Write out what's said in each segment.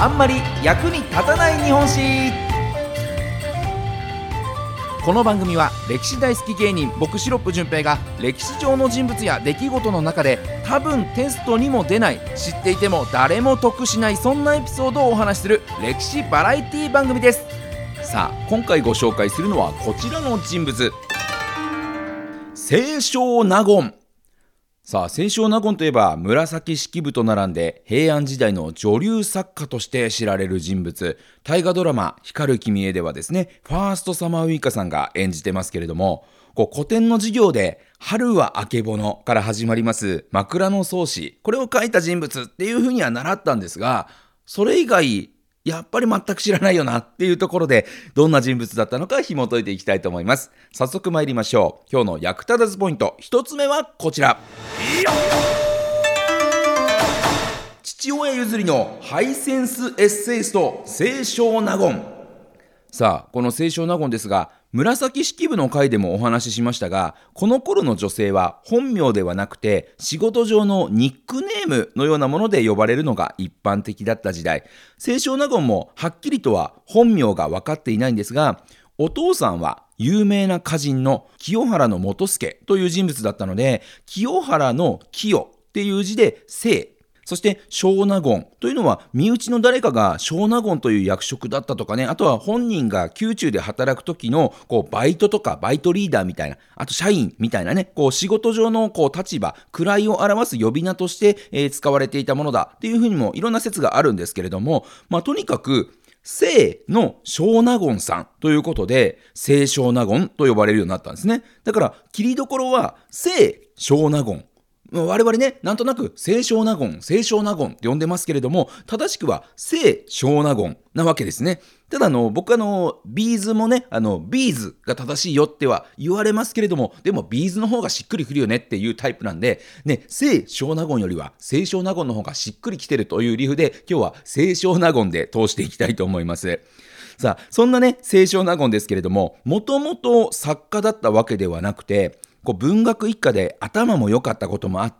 あんまり役に立たない日本史。この番組は歴史大好き芸人僕シロップ純平が歴史上の人物や出来事の中で多分テストにも出ない、知っていても誰も得しない、そんなエピソードをお話しする歴史バラエティ番組です。さあ今回ご紹介するのはこちらの人物、清少納言。さあ清少納言といえば紫式部と並んで平安時代の女流作家として知られる人物、大河ドラマ光る君へではですね、ファーストサマーウイカさんが演じてますけれども、古典の授業で春はあけぼのから始まります枕草子、これを書いた人物っていうふうには習ったんですが、それ以外やっぱり全く知らないよなっていうところで、どんな人物だったのか紐解いていきたいと思います。早速参りましょう。今日の役立たずポイント一つ目はこちら。父親譲りのハイセンスエッセイスト清少納言。さあこの清少納言ですが、紫式部の回でもお話ししましたが、この頃の女性は本名ではなくて仕事上のニックネームのようなもので呼ばれるのが一般的だった時代、清少納言もはっきりとは本名が分かっていないんですが、お父さんは有名な歌人の清原元助という人物だったので、清原の清っていう字で清、そして少納言というのは身内の誰かが少納言という役職だったとかね、あとは本人が宮中で働く時のバイトとかバイトリーダーみたいな、あと社員みたいなね、仕事上の立場、位を表す呼び名として、使われていたものだっていうふうにもいろんな説があるんですけれども、とにかく清の少納言さんということで清少納言と呼ばれるようになったんですね。だから切りどころは清少納言、我々ね、なんとなく清少納言、清少納言って呼んでますけれども、正しくは清少納言なわけですね。ただ僕ビーズもね、ビーズが正しいよっては言われますけれども、でもビーズの方がしっくりくるよねっていうタイプなんで、ね、清少納言よりは清少納言の方がしっくりきてるという理由で、今日は清少納言で通していきたいと思います。さあ、そんなね、清少納言ですけれども、もともと作家だったわけではなくて、文学一家で頭も良かったこともあって、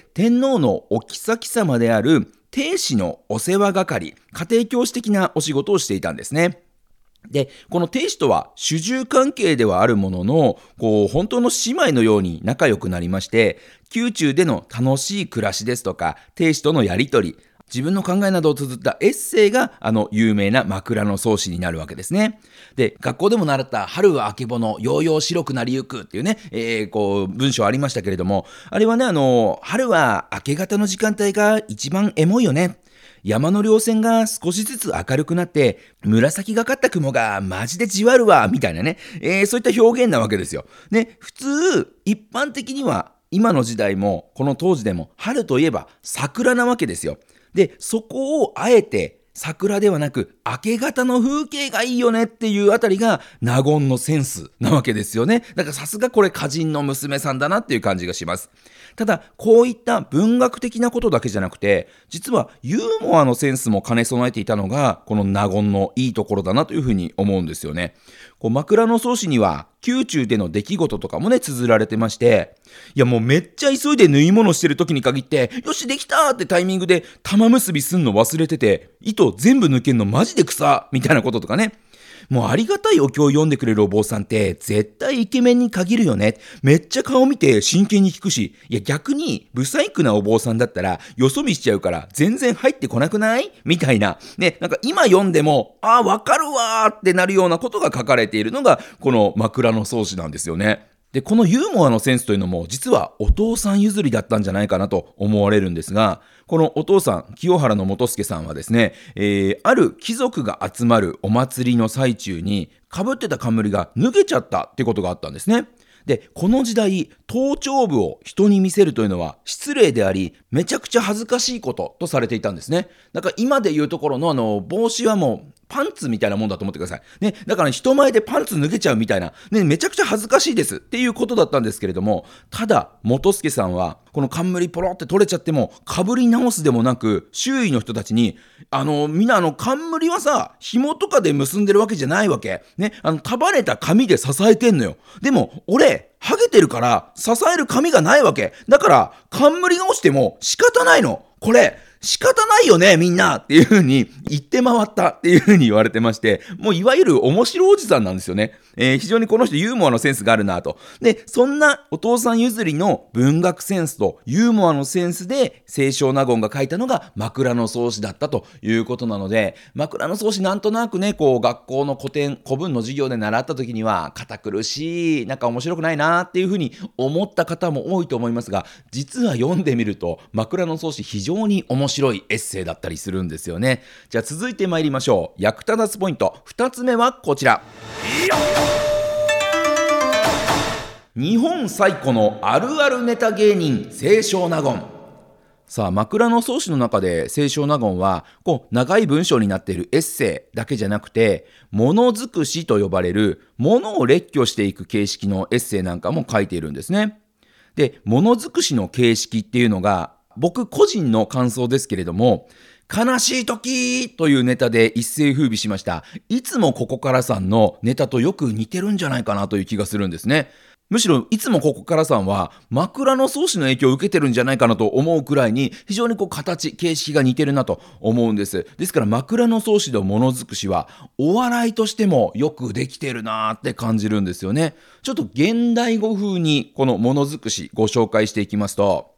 天皇のお妃様である定子のお世話係、家庭教師的なお仕事をしていたんですね。で、この定子とは主従関係ではあるものの、本当の姉妹のように仲良くなりまして、宮中での楽しい暮らしですとか、定子とのやりとり、自分の考えなどを綴ったエッセイが有名な枕草子になるわけですね。で、学校でも習った春はあけぼの、ようよう白くなりゆくっていうね、文章ありましたけれども、あれはね、春は明け方の時間帯が一番エモいよね。山の稜線が少しずつ明るくなって紫がかった雲がマジでじわるわみたいなね、そういった表現なわけですよ。ね、普通一般的には今の時代もこの当時でも春といえば桜なわけですよ。で、そこをあえて桜ではなく明け方の風景がいいよねっていうあたりが納言のセンスなわけですよね。だからさすがこれ歌人の娘さんだなっていう感じがします。ただこういった文学的なことだけじゃなくて、実はユーモアのセンスも兼ね備えていたのがこの納言のいいところだなというふうに思うんですよね。枕草子には宮中での出来事とかもね綴られてまして、いやもうめっちゃ急いで縫い物してる時に限ってよしできたってタイミングで玉結びすんの忘れてて糸全部抜けんのマジで草みたいなこととかね。もうありがたいお経を読んでくれるお坊さんって絶対イケメンに限るよね。めっちゃ顔見て真剣に聞くし、いや逆にブサイクなお坊さんだったらよそ見しちゃうから全然入ってこなくないみたいなね、なんか今読んでもわかるわーってなるようなことが書かれているのがこの枕草子なんですよね。で、このユーモアのセンスというのも実はお父さん譲りだったんじゃないかなと思われるんですが、このお父さん清原元助さんはですね、ある貴族が集まるお祭りの最中に被ってた冠が脱げちゃったってことがあったんですね。で、この時代頭頂部を人に見せるというのは失礼でありめちゃくちゃ恥ずかしいこととされていたんですね。だから今でいうところの帽子はもうパンツみたいなもんだと思ってください。ね、だから人前でパンツ脱げちゃうみたいな、ね、めちゃくちゃ恥ずかしいですっていうことだったんですけれども、ただ元助さんはこの冠ポロって取れちゃってもかぶり直すでもなく、周囲の人たちにみんな冠はさ紐とかで結んでるわけじゃないわけね、束ねた紙で支えてんのよ。でも俺ハゲてるから支える紙がないわけだから、冠が落ちても仕方ないの。これ仕方ないよねみんなっていう風に言って回ったっていう風に言われてまして、もういわゆる面白おじさんなんですよね。非常にこの人ユーモアのセンスがあるなと。で、そんなお父さん譲りの文学センスとユーモアのセンスで清少納言が書いたのが枕草子だったということなので、枕草子なんとなくね、こう学校の古文の授業で習った時には堅苦しい、なんか面白くないなっていう風に思った方も多いと思いますが、実は読んでみると枕草子非常に面白いエッセイだったりするんですよね。じゃあ続いて参りましょう。役立たずポイント2つ目はこちら。日本最古のあるあるネタ芸人清少納言。さあ、枕草子の中で清少納言はこう長い文章になっているエッセイだけじゃなくて、物尽くしと呼ばれる物を列挙していく形式のエッセイなんかも書いているんですね。で、物尽くしの形式っていうのが僕個人の感想ですけれども、悲しい時というネタで一世風靡しましたいつもここからさんのネタとよく似てるんじゃないかなという気がするんですね。むしろいつもここからさんは枕草子の影響を受けてるんじゃないかなと思うくらいに非常にこう形式が似てるなと思うんです。ですから枕草子の物尽くしはお笑いとしてもよくできてるなって感じるんですよね。ちょっと現代語風にこの物尽くしご紹介していきますと、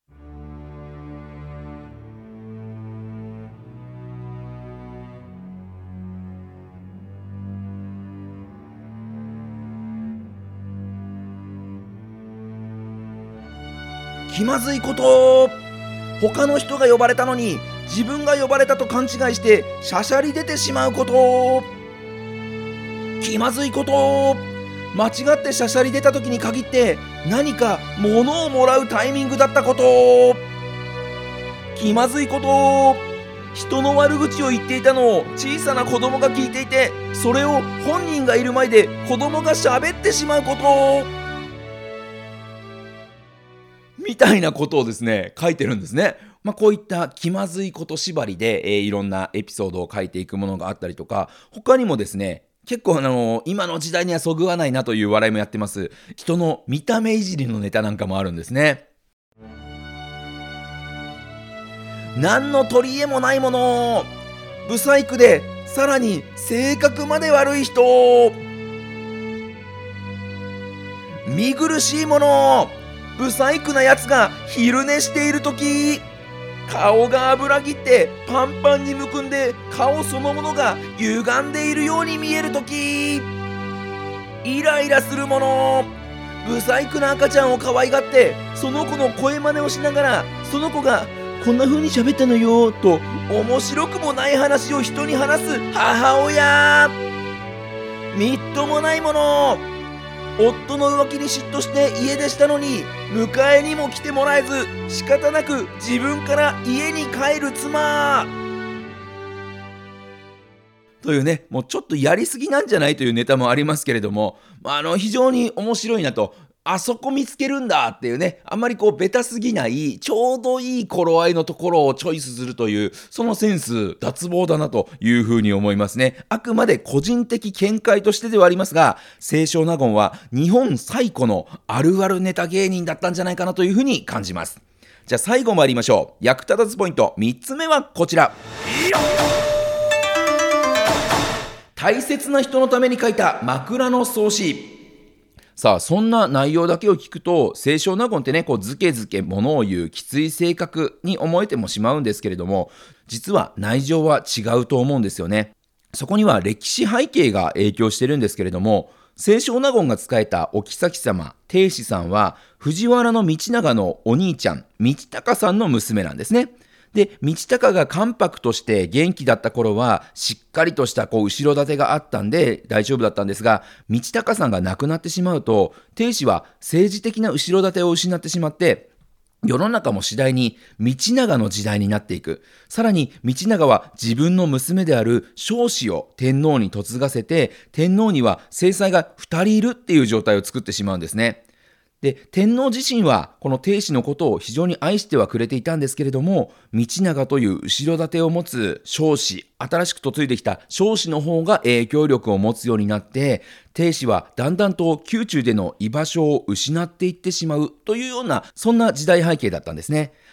気まずいこと、他の人が呼ばれたのに自分が呼ばれたと勘違いしてしゃしゃり出てしまうこと、気まずいこと、間違ってしゃしゃり出た時に限って何か物をもらうタイミングだったこと、気まずいこと、人の悪口を言っていたのを小さな子供が聞いていて、それを本人がいる前で子供が喋ってしまうこと、みたいなことをですね書いてるんですね。こういった気まずいこと縛りで、いろんなエピソードを書いていくものがあったりとか、他にもですね結構今の時代にはそぐわないなという笑いもやってます。人の見た目いじりのネタなんかもあるんですね。何の取り柄もないもの、ブサイクでさらに性格まで悪い人、見苦しいもの、ブサイクなやつが昼寝しているとき、顔が油ぎってパンパンにむくんで顔そのものが歪んでいるように見えるとき、イライラするもの、ブサイクな赤ちゃんを可愛がってその子の声真似をしながら、その子がこんな風に喋ったのよと面白くもない話を人に話す母親、みっともないもの、夫の浮気に嫉妬して家出したのに迎えにも来てもらえず仕方なく自分から家に帰る妻というね、もうちょっとやりすぎなんじゃないというネタもありますけれども、非常に面白いなと、あそこ見つけるんだっていうね、あんまりこうベタすぎないちょうどいい頃合いのところをチョイスするという、そのセンス脱帽だなというふうに思いますね。あくまで個人的見解としてではありますが、清少納言は日本最古のあるあるネタ芸人だったんじゃないかなというふうに感じます。じゃあ最後参りましょう。役立たずポイント3つ目はこちら。大切な人のために書いた枕草子。さあ、そんな内容だけを聞くと清少納言ってね、こうずけずけ物を言うきつい性格に思えてもしまうんですけれども、実は内情は違うと思うんですよね。そこには歴史背景が影響してるんですけれども、清少納言が仕えたお妃様定子さんは藤原道長のお兄ちゃん道隆さんの娘なんですね。で、道隆が関白として元気だった頃はしっかりとした後ろ盾があったんで大丈夫だったんですが、道隆さんが亡くなってしまうと定子は政治的な後ろ盾を失ってしまって、世の中も次第に道長の時代になっていく。さらに道長は自分の娘である彰子を天皇に嫁がせて、天皇には正妻が2人いるっていう状態を作ってしまうんですね。で、天皇自身はこの定子のことを非常に愛してはくれていたんですけれども、道長という後ろ盾を持つ彰子、新しく嫁いできた彰子の方が影響力を持つようになって、定子はだんだんと宮中での居場所を失っていってしまうというような、そんな時代背景だったんですね。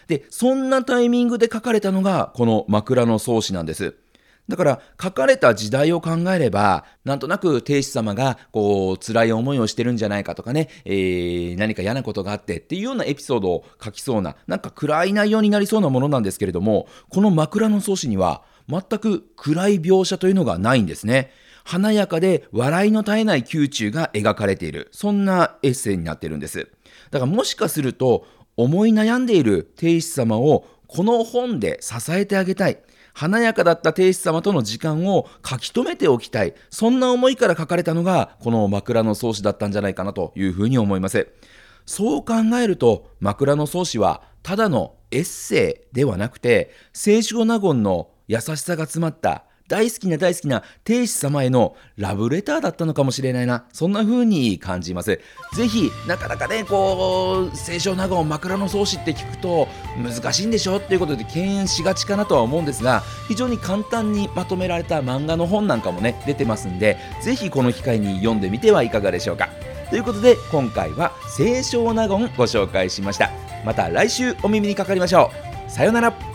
で、そんなタイミングで書かれたのがこの枕草子なんです。だから書かれた時代を考えれば、なんとなく天子様が辛い思いをしてるんじゃないかとかね、何か嫌なことがあってっていうようなエピソードを書きそうな、なんか暗い内容になりそうなものなんですけれども、この枕草子には全く暗い描写というのがないんですね。華やかで笑いの絶えない宮中が描かれている、そんなエッセイになっているんです。だからもしかすると、思い悩んでいる天子様をこの本で支えてあげたい、華やかだった天子様との時間を書き留めておきたい、そんな思いから書かれたのがこの枕草子だったんじゃないかなというふうに思います。そう考えると、枕草子はただのエッセイではなくて、清少納言の優しさが詰まった大好きな天子様へのラブレターだったのかもしれないな、そんな風に感じます。ぜひなかなかね、清少納言枕草子って聞くと難しいんでしょっていうことで敬遠しがちかなとは思うんですが、非常に簡単にまとめられた漫画の本なんかもね出てますんで、ぜひこの機会に読んでみてはいかがでしょうか。ということで今回は清少納言ご紹介しました。また来週お耳にかかりましょう。さよなら。